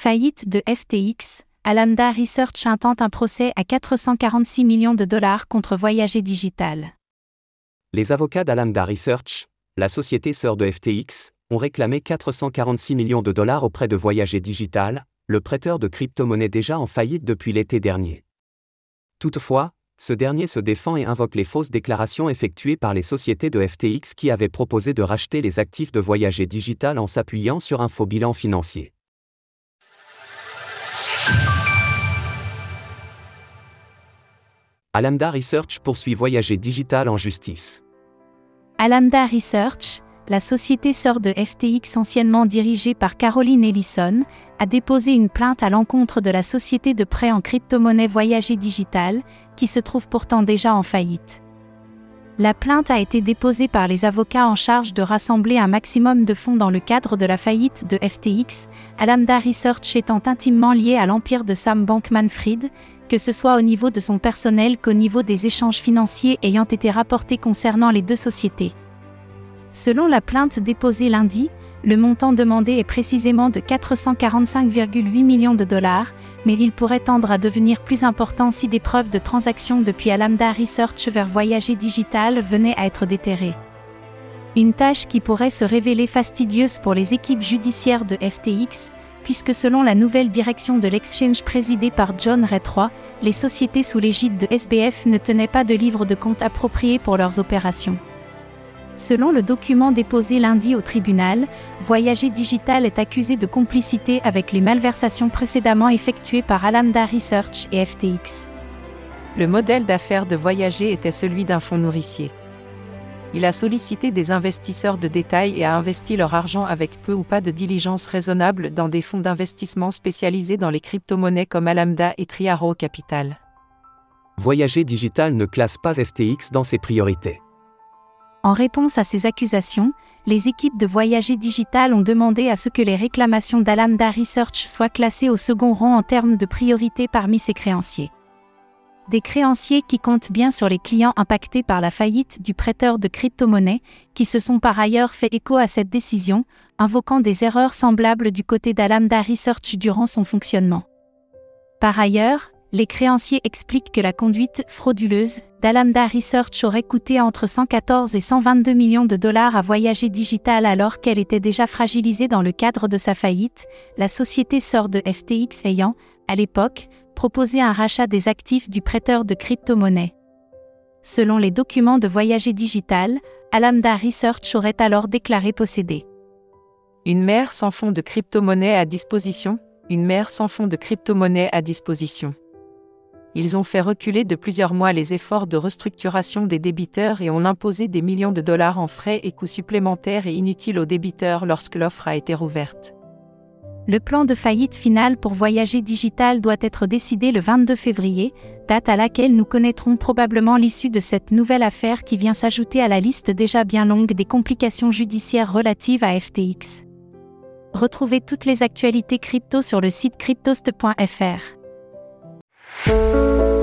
Faillite de FTX, Alameda Research intente un procès à 446 millions de dollars contre Voyager Digital. Les avocats d'Alameda Research, la société sœur de FTX, ont réclamé 446 millions de dollars auprès de Voyager Digital, le prêteur de crypto-monnaies déjà en faillite depuis l'été dernier. Toutefois, ce dernier se défend et invoque les fausses déclarations effectuées par les sociétés de FTX qui avaient proposé de racheter les actifs de Voyager Digital en s'appuyant sur un faux bilan financier. Alameda Research poursuit Voyager Digital en justice. Alameda Research, la société sœur de FTX anciennement dirigée par Caroline Ellison, a déposé une plainte à l'encontre de la société de prêt en crypto-monnaie Voyager Digital, qui se trouve pourtant déjà en faillite. La plainte a été déposée par les avocats en charge de rassembler un maximum de fonds dans le cadre de la faillite de FTX, Alameda Research étant intimement lié à l'empire de Sam Bankman-Fried, que ce soit au niveau de son personnel qu'au niveau des échanges financiers ayant été rapportés concernant les deux sociétés. Selon la plainte déposée lundi, le montant demandé est précisément de 445,8 millions de dollars, mais il pourrait tendre à devenir plus important si des preuves de transactions depuis Alameda Research vers Voyager Digital venaient à être déterrées. Une tâche qui pourrait se révéler fastidieuse pour les équipes judiciaires de FTX, puisque selon la nouvelle direction de l'exchange présidée par John Ray III, les sociétés sous l'égide de SBF ne tenaient pas de livre de compte approprié pour leurs opérations. Selon le document déposé lundi au tribunal, Voyager Digital est accusé de complicité avec les malversations précédemment effectuées par Alameda Research et FTX. Le modèle d'affaires de Voyager était celui d'un fonds nourricier. Il a sollicité des investisseurs de détail et a investi leur argent avec peu ou pas de diligence raisonnable dans des fonds d'investissement spécialisés dans les crypto-monnaies comme Alameda et Triaro Capital. Voyager Digital ne classe pas FTX dans ses priorités. En réponse à ces accusations, les équipes de Voyager Digital ont demandé à ce que les réclamations d'Alameda Research soient classées au second rang en termes de priorité parmi ses créanciers. Des créanciers qui comptent bien sur les clients impactés par la faillite du prêteur de crypto-monnaies, qui se sont par ailleurs fait écho à cette décision, invoquant des erreurs semblables du côté d'Alameda Research durant son fonctionnement. Par ailleurs, les créanciers expliquent que la conduite frauduleuse d'Alameda Research aurait coûté entre 114 et 122 millions de dollars à Voyager Digital alors qu'elle était déjà fragilisée dans le cadre de sa faillite, la société sœur de FTX ayant, à l'époque, proposé un rachat des actifs du prêteur de crypto-monnaies. Selon les documents de Voyager Digital, Alameda Research aurait alors déclaré posséder une mer sans fonds de crypto-monnaie à disposition, une mer sans fonds de crypto-monnaie à disposition. Ils ont fait reculer de plusieurs mois les efforts de restructuration des débiteurs et ont imposé des millions de dollars en frais et coûts supplémentaires et inutiles aux débiteurs lorsque l'offre a été rouverte. Le plan de faillite final pour Voyager Digital doit être décidé le 22 février, date à laquelle nous connaîtrons probablement l'issue de cette nouvelle affaire qui vient s'ajouter à la liste déjà bien longue des complications judiciaires relatives à FTX. Retrouvez toutes les actualités crypto sur le site cryptost.fr.